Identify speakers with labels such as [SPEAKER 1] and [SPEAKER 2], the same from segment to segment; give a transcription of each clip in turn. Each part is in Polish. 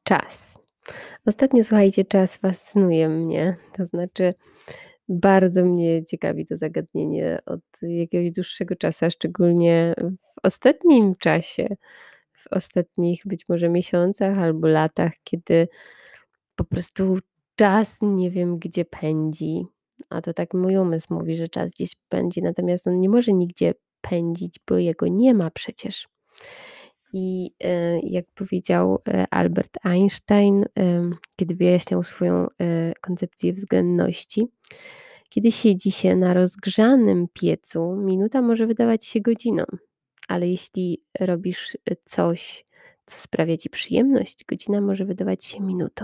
[SPEAKER 1] Czas. Ostatnio, słuchajcie, czas fascynuje mnie. To znaczy, bardzo mnie ciekawi to zagadnienie od jakiegoś dłuższego czasu, a szczególnie w ostatnim czasie, w ostatnich być może miesiącach albo latach, kiedy po prostu czas nie wiem gdzie pędzi. A to tak mój umysł mówi, że czas gdzieś pędzi, natomiast on nie może nigdzie pędzić, bo jego nie ma przecież. I, jak powiedział, Albert Einstein, kiedy wyjaśniał swoją, koncepcję względności: „Kiedy siedzi się na rozgrzanym piecu, minuta może wydawać się godziną, ale jeśli robisz, coś, co sprawia ci przyjemność, godzina może wydawać się minutą”.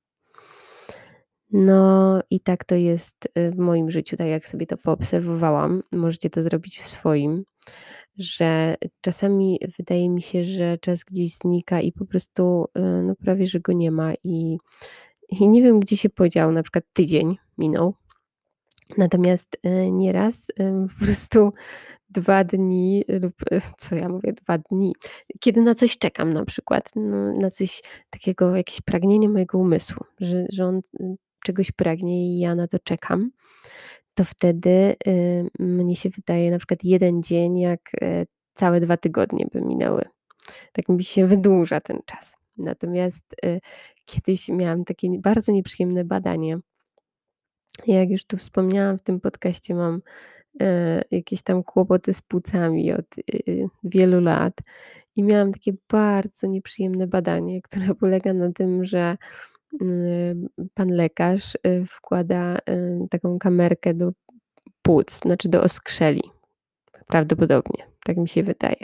[SPEAKER 1] No i tak to jest, w moim życiu, tak jak sobie to poobserwowałam. Możecie to zrobić w swoim, że czasami wydaje mi się, że czas gdzieś znika i po prostu, no prawie że go nie ma i nie wiem, gdzie się podział. Na przykład tydzień minął, natomiast, nieraz, po prostu 2 dni lub, co ja mówię, 2 dni, kiedy na coś czekam na przykład, no, na coś takiego, jakieś pragnienie mojego umysłu, że on, czegoś pragnie i ja na to czekam, to wtedy, mnie się wydaje na przykład jeden dzień, jak, całe 2 tygodnie by minęły. Tak mi się wydłuża ten czas. Natomiast, kiedyś miałam takie bardzo nieprzyjemne badanie. Jak już tu wspomniałam w tym podcaście, mam, jakieś tam kłopoty z płucami od, wielu lat i miałam takie bardzo nieprzyjemne badanie, które polega na tym, że, pan lekarz, wkłada, taką kamerkę do płuc, znaczy do oskrzeli. Prawdopodobnie, tak mi się wydaje.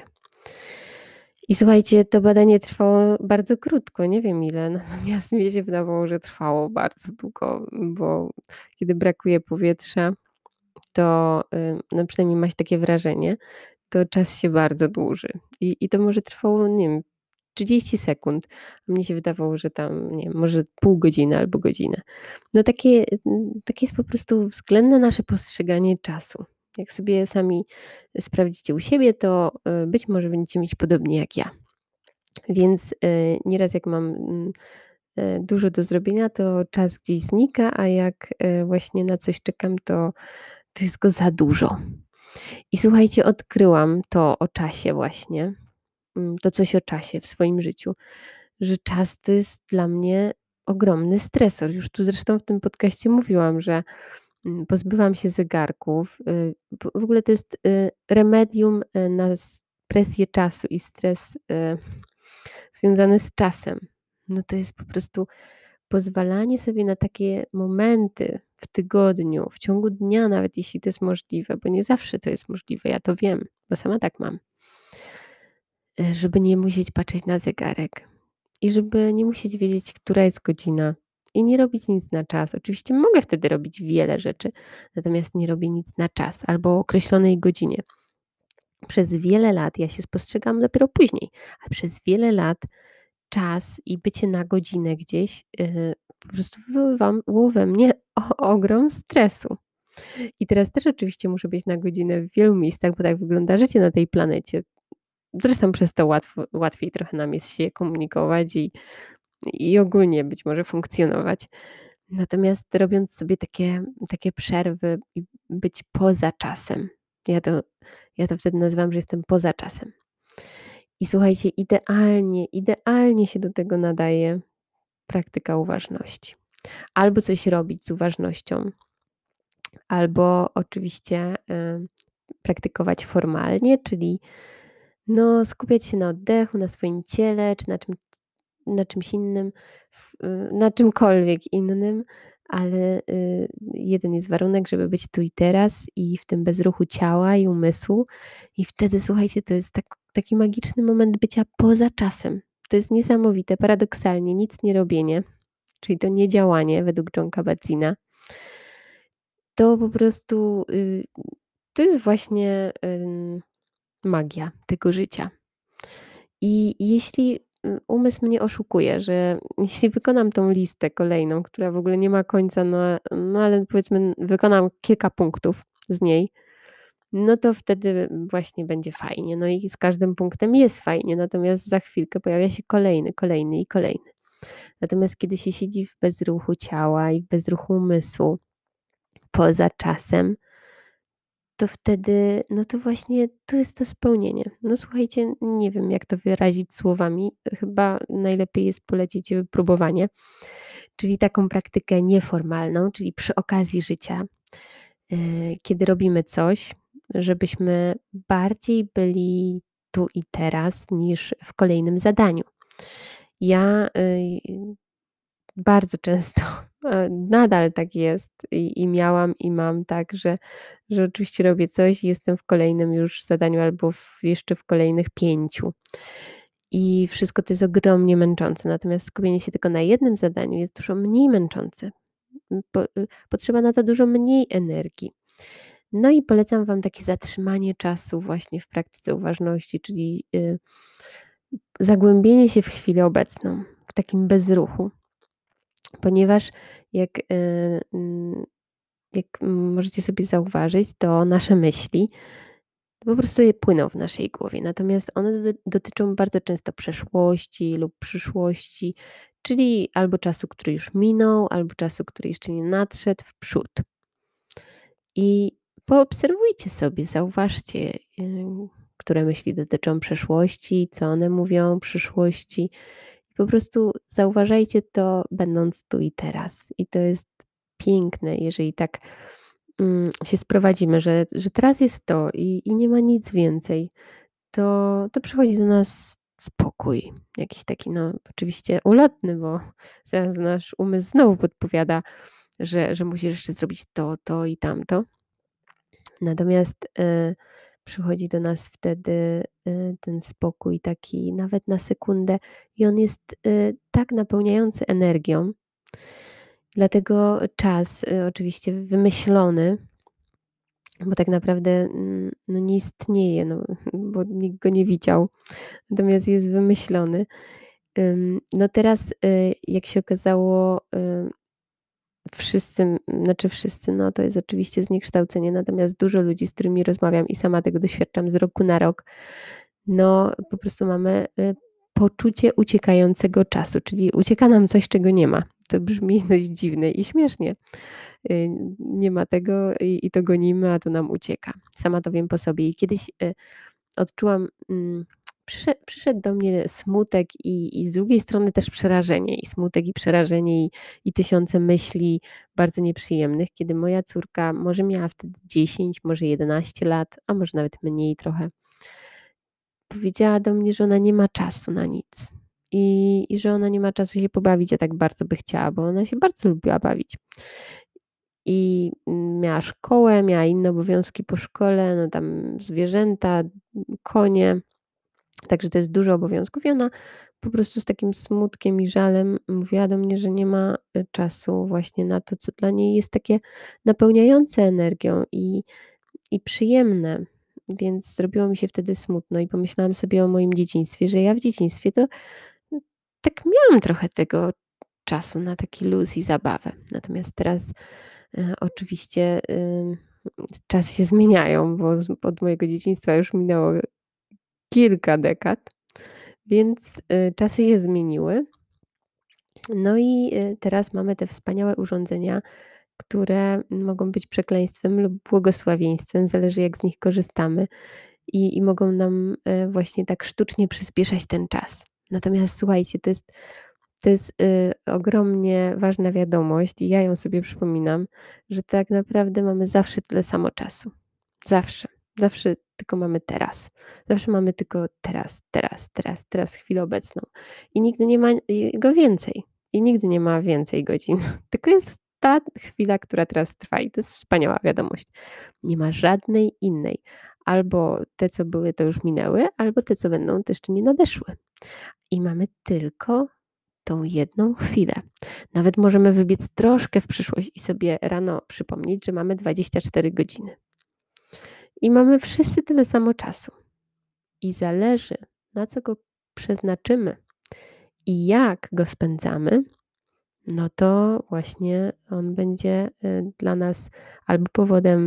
[SPEAKER 1] I słuchajcie, to badanie trwało bardzo krótko, nie wiem ile, natomiast mnie się wydawało, że trwało bardzo długo, bo kiedy brakuje powietrza, to, no przynajmniej ma się takie wrażenie, to czas się bardzo dłuży. I to może trwało, nie wiem, 30 sekund, a mnie się wydawało, że tam, nie wiem, może pół godziny albo godzinę. No takie jest po prostu względne nasze postrzeganie czasu. Jak sobie sami sprawdzicie u siebie, to, być może będziecie mieć podobnie jak ja. Więc, nieraz jak mam, dużo do zrobienia, to czas gdzieś znika, a jak, właśnie na coś czekam, to jest go za dużo. I słuchajcie, odkryłam to o czasie właśnie, to coś o czasie w swoim życiu, że czas to jest dla mnie ogromny stresor. Już tu zresztą w tym podcaście mówiłam, że, pozbyłam się zegarków. W ogóle to jest, remedium, na presję czasu i stres, związany z czasem. No to jest po prostu pozwalanie sobie na takie momenty w tygodniu, w ciągu dnia, nawet jeśli to jest możliwe, bo nie zawsze to jest możliwe, ja to wiem, bo sama tak mam. Żeby nie musieć patrzeć na zegarek i żeby nie musieć wiedzieć, która jest godzina i nie robić nic na czas. Oczywiście mogę wtedy robić wiele rzeczy, natomiast nie robię nic na czas albo o określonej godzinie. Przez wiele lat ja się spostrzegam dopiero później, ale przez wiele lat czas i bycie na godzinę gdzieś, po prostu wywoływało we mnie ogrom stresu. I teraz też oczywiście muszę być na godzinę w wielu miejscach, bo tak wygląda życie na tej planecie. Zresztą przez to łatwiej trochę nam jest się komunikować i ogólnie być może funkcjonować. Natomiast robiąc sobie takie przerwy i być poza czasem, ja to ja to wtedy nazywam, że jestem poza czasem. I słuchajcie, idealnie się do tego nadaje praktyka uważności. Albo coś robić z uważnością, albo oczywiście, praktykować formalnie, czyli no, skupiać się na oddechu, na swoim ciele, czy na czymś innym, na czymkolwiek innym, ale, jeden jest warunek, żeby być tu i teraz i w tym bezruchu ciała i umysłu. I wtedy, słuchajcie, to jest taki magiczny moment bycia poza czasem. To jest niesamowite, paradoksalnie nic nie robienie, czyli to niedziałanie według John Kabat-Zina. To po prostu, to jest właśnie, magia tego życia. I jeśli, umysł mnie oszukuje, że jeśli wykonam tą listę kolejną, która w ogóle nie ma końca, no ale powiedzmy wykonam kilka punktów z niej, no to wtedy właśnie będzie fajnie. No i z każdym punktem jest fajnie, natomiast za chwilkę pojawia się kolejny, kolejny i kolejny. Natomiast kiedy się siedzi w bezruchu ciała i w bezruchu umysłu, poza czasem, to wtedy, no to właśnie to jest to spełnienie. No słuchajcie, nie wiem jak to wyrazić słowami, chyba najlepiej jest polecić wypróbowanie, czyli taką praktykę nieformalną, czyli przy okazji życia, kiedy robimy coś, żebyśmy bardziej byli tu i teraz niż w kolejnym zadaniu. Ja, bardzo często, nadal tak jest i miałam i mam tak, że oczywiście robię coś i jestem w kolejnym już zadaniu albo jeszcze w kolejnych 5. I wszystko to jest ogromnie męczące, natomiast skupienie się tylko na jednym zadaniu jest dużo mniej męczące. Potrzeba na to dużo mniej energii. No i polecam Wam takie zatrzymanie czasu właśnie w praktyce uważności, czyli, zagłębienie się w chwilę obecną, w takim bezruchu. Ponieważ jak, jak możecie sobie zauważyć, to nasze myśli po prostu je płyną w naszej głowie, natomiast one dotyczą bardzo często przeszłości lub przyszłości, czyli albo czasu, który już minął, albo czasu, który jeszcze nie nadszedł, w przód. I poobserwujcie sobie, zauważcie, które myśli dotyczą przeszłości, co one mówią o przyszłości. Po prostu zauważajcie to, będąc tu i teraz. I to jest piękne, jeżeli tak się sprowadzimy, że teraz jest to i nie ma nic więcej, to przychodzi do nas spokój. Jakiś taki, no oczywiście ulotny, bo zaraz nasz umysł znowu podpowiada, że musisz jeszcze zrobić to, to i tamto. Natomiast, przychodzi do nas wtedy, ten spokój taki nawet na sekundę i on jest, tak napełniający energią. Dlatego czas, oczywiście wymyślony, bo tak naprawdę, no nie istnieje, no, bo nikt go nie widział, natomiast jest wymyślony. No teraz, jak się okazało, wszyscy, znaczy wszyscy, no to jest oczywiście zniekształcenie, natomiast dużo ludzi, z którymi rozmawiam i sama tego doświadczam z roku na rok, no po prostu mamy, poczucie uciekającego czasu, czyli ucieka nam coś, czego nie ma. To brzmi dość dziwnie i śmiesznie. Nie ma tego i to gonimy, a to nam ucieka. Sama to wiem po sobie i kiedyś, odczułam, przyszedł do mnie smutek i z drugiej strony też przerażenie. I smutek, i przerażenie, i tysiące myśli bardzo nieprzyjemnych, kiedy moja córka, może miała wtedy 10, może 11 lat, a może nawet mniej trochę, powiedziała do mnie, że ona nie ma czasu na nic. I że ona nie ma czasu się pobawić, a tak bardzo by chciała, bo ona się bardzo lubiła bawić. I miała szkołę, miała inne obowiązki po szkole, no tam zwierzęta, konie. Także to jest dużo obowiązków i ona po prostu z takim smutkiem i żalem mówiła do mnie, że nie ma, czasu właśnie na to, co dla niej jest takie napełniające energią i przyjemne. Więc zrobiło mi się wtedy smutno i pomyślałam sobie o moim dzieciństwie, że ja w dzieciństwie to, tak miałam trochę tego czasu na taki luz i zabawę. Natomiast teraz, oczywiście, czasy się zmieniają, bo od mojego dzieciństwa już minęło kilka dekad. Więc, czasy się zmieniły. No i, teraz mamy te wspaniałe urządzenia, które mogą być przekleństwem lub błogosławieństwem, zależy jak z nich korzystamy i mogą nam, właśnie tak sztucznie przyspieszać ten czas. Natomiast słuchajcie, to jest, ogromnie ważna wiadomość i ja ją sobie przypominam, że tak naprawdę mamy zawsze tyle samo czasu. Zawsze. Zawsze tylko mamy teraz. Zawsze mamy tylko teraz, teraz, teraz, teraz, chwilę obecną. I nigdy nie ma go więcej. I nigdy nie ma więcej godzin. Tylko jest ta chwila, która teraz trwa i to jest wspaniała wiadomość. Nie ma żadnej innej. Albo te, co były, to już minęły, albo te, co będą, to jeszcze nie nadeszły. I mamy tylko tą jedną chwilę. Nawet możemy wybiec troszkę w przyszłość i sobie rano przypomnieć, że mamy 24 godziny. I mamy wszyscy tyle samo czasu. I zależy, na co go przeznaczymy i jak go spędzamy, no to właśnie on będzie, dla nas albo powodem,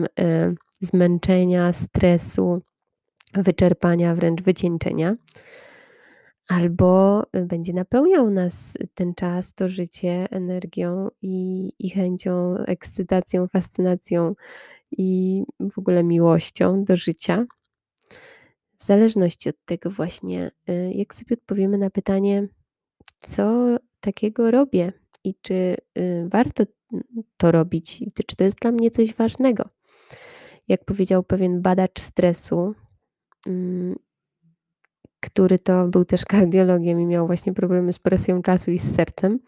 [SPEAKER 1] zmęczenia, stresu, wyczerpania, wręcz wycieńczenia, albo będzie napełniał nas ten czas, to życie energią i chęcią, ekscytacją, fascynacją i w ogóle miłością do życia. W zależności od tego właśnie, jak sobie odpowiemy na pytanie, co takiego robię i czy, warto, to robić i czy to jest dla mnie coś ważnego. Jak powiedział pewien badacz stresu, mm, który to był też kardiologiem i miał właśnie problemy z presją czasu i z sercem.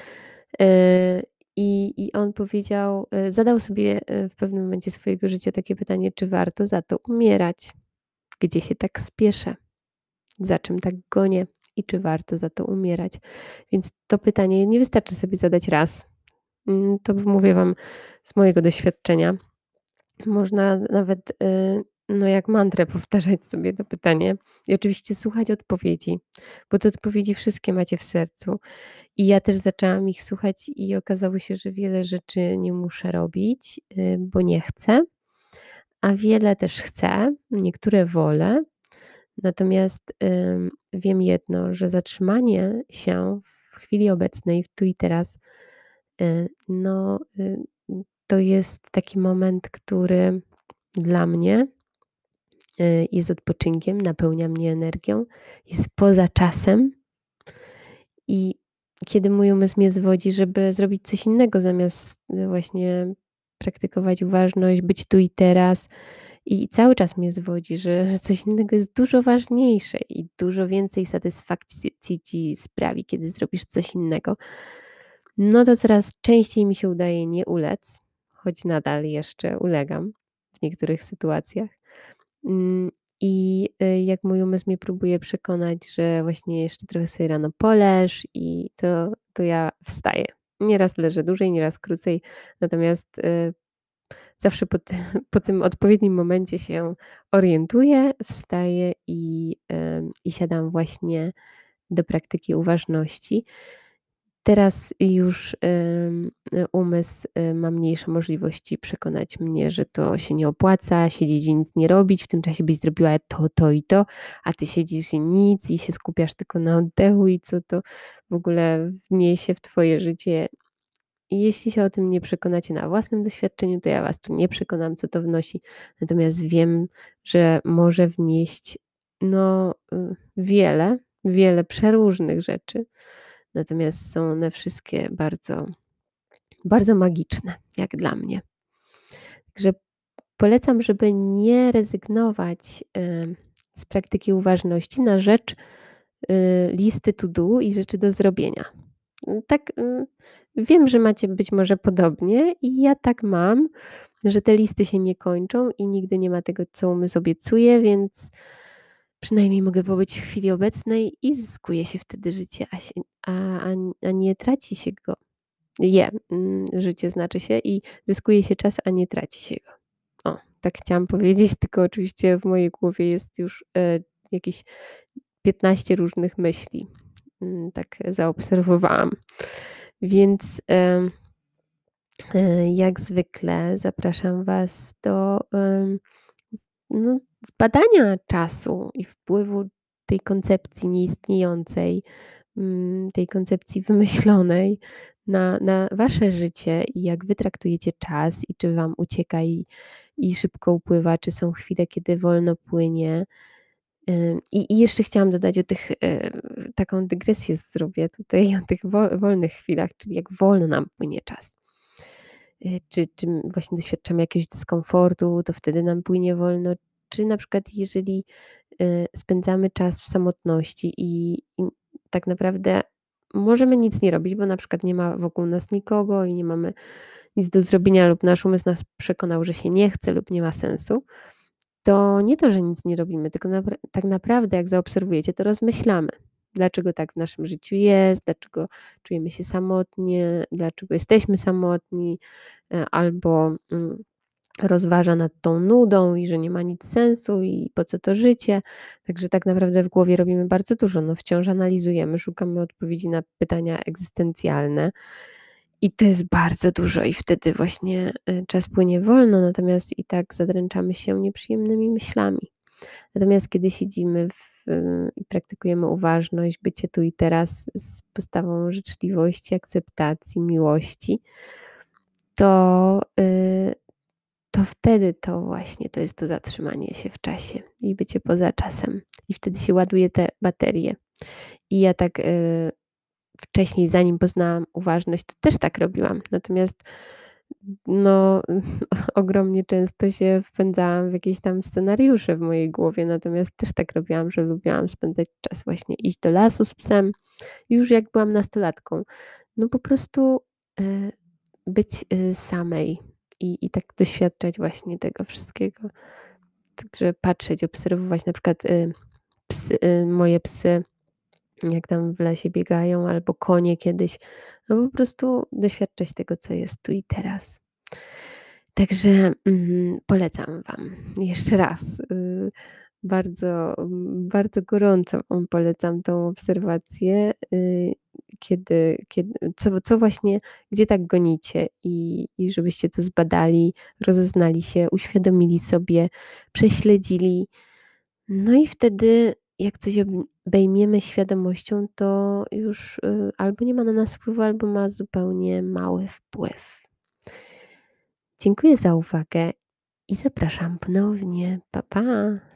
[SPEAKER 1] Yy, i on powiedział, zadał sobie, w pewnym momencie swojego życia takie pytanie, czy warto za to umierać? Gdzie się tak spieszę? Za czym tak gonię? I czy warto za to umierać? Więc to pytanie nie wystarczy sobie zadać raz. To mówię Wam z mojego doświadczenia. Można nawet, no jak mantrę powtarzać sobie to pytanie i oczywiście słuchać odpowiedzi, bo te odpowiedzi wszystkie macie w sercu. I ja też zaczęłam ich słuchać i okazało się, że wiele rzeczy nie muszę robić, bo nie chcę, a wiele też chcę, niektóre wolę. Natomiast, wiem jedno, że zatrzymanie się w chwili obecnej, w tu i teraz, no, to jest taki moment, który dla mnie, jest odpoczynkiem, napełnia mnie energią, jest poza czasem i kiedy mój umysł mnie zwodzi, żeby zrobić coś innego zamiast, właśnie praktykować uważność, być tu i teraz i cały czas mnie zwodzi, że coś innego jest dużo ważniejsze i dużo więcej satysfakcji ci sprawi, kiedy zrobisz coś innego, no to coraz częściej mi się udaje nie ulec, choć nadal jeszcze ulegam w niektórych sytuacjach. Mm, jak mój umysł mnie próbuje przekonać, że właśnie jeszcze trochę sobie rano poleż i to ja wstaję. Nieraz leżę dłużej, nieraz krócej, natomiast, zawsze po tym odpowiednim momencie się orientuję, wstaję i siadam właśnie do praktyki uważności. Teraz już, umysł, ma mniejsze możliwości przekonać mnie, że to się nie opłaca siedzieć i nic nie robić, w tym czasie byś zrobiła to, to i to, a ty siedzisz i nic i się skupiasz tylko na oddechu i co to w ogóle wniesie w twoje życie. I jeśli się o tym nie przekonacie na własnym doświadczeniu, to ja was tu nie przekonam, co to wnosi. Natomiast wiem, że może wnieść, no, wiele, wiele przeróżnych rzeczy. Natomiast są one wszystkie bardzo, bardzo magiczne, jak dla mnie. Także polecam, żeby nie rezygnować, z praktyki uważności na rzecz, listy to do i rzeczy do zrobienia. Tak, wiem, że macie być może podobnie i ja tak mam, że te listy się nie kończą i nigdy nie ma tego, co umysł obiecuje, więc przynajmniej mogę pobyć w chwili obecnej i zyskuje się wtedy życie, a nie traci się go. Życie znaczy się i zyskuje się czas, a nie traci się go. O, tak chciałam powiedzieć, tylko oczywiście w mojej głowie jest już, jakieś 15 różnych myśli. Tak zaobserwowałam. Więc, jak zwykle zapraszam Was do, no, zbadania czasu i wpływu tej koncepcji nieistniejącej, tej koncepcji wymyślonej na Wasze życie i jak Wy traktujecie czas i czy Wam ucieka i szybko upływa, czy są chwile, kiedy wolno płynie. I jeszcze chciałam dodać o tych, taką dygresję zrobię tutaj, o tych wolnych chwilach, czyli jak wolno nam płynie czas. Czy właśnie doświadczamy jakiegoś dyskomfortu, to wtedy nam płynie wolno, czy na przykład jeżeli, spędzamy czas w samotności i tak naprawdę możemy nic nie robić, bo na przykład nie ma wokół nas nikogo i nie mamy nic do zrobienia lub nasz umysł nas przekonał, że się nie chce lub nie ma sensu, to nie to, że nic nie robimy, tylko tak naprawdę jak zaobserwujecie, to rozmyślamy, dlaczego tak w naszym życiu jest, dlaczego czujemy się samotnie, dlaczego jesteśmy samotni, albo, rozważa nad tą nudą i że nie ma nic sensu i po co to życie. Także tak naprawdę w głowie robimy bardzo dużo. No, wciąż analizujemy, szukamy odpowiedzi na pytania egzystencjalne i to jest bardzo dużo i wtedy właśnie, czas płynie wolno, natomiast i tak zadręczamy się nieprzyjemnymi myślami. Natomiast kiedy siedzimy i praktykujemy uważność, bycie tu i teraz z postawą życzliwości, akceptacji, miłości, to, to wtedy to właśnie to jest to zatrzymanie się w czasie i bycie poza czasem. I wtedy się ładuje te baterie. I ja tak, wcześniej, zanim poznałam uważność, to też tak robiłam. Natomiast no, ogromnie często się wpędzałam w jakieś tam scenariusze w mojej głowie, natomiast też tak robiłam, że lubiłam spędzać czas właśnie, iść do lasu z psem, już jak byłam nastolatką. No po prostu, y, być, samej i tak doświadczać właśnie tego wszystkiego. Także patrzeć, obserwować na przykład, moje psy, jak tam w lesie biegają, albo konie kiedyś. No po prostu doświadczać tego, co jest tu i teraz. Także, polecam Wam jeszcze raz, bardzo gorąco Wam polecam tą obserwację, co właśnie gdzie tak gonicie i żebyście to zbadali, rozeznali się, uświadomili sobie, prześledzili. No i wtedy jak coś obejmiemy świadomością, to już, albo nie ma na nas wpływu, albo ma zupełnie mały wpływ. Dziękuję za uwagę i zapraszam ponownie. Pa, pa.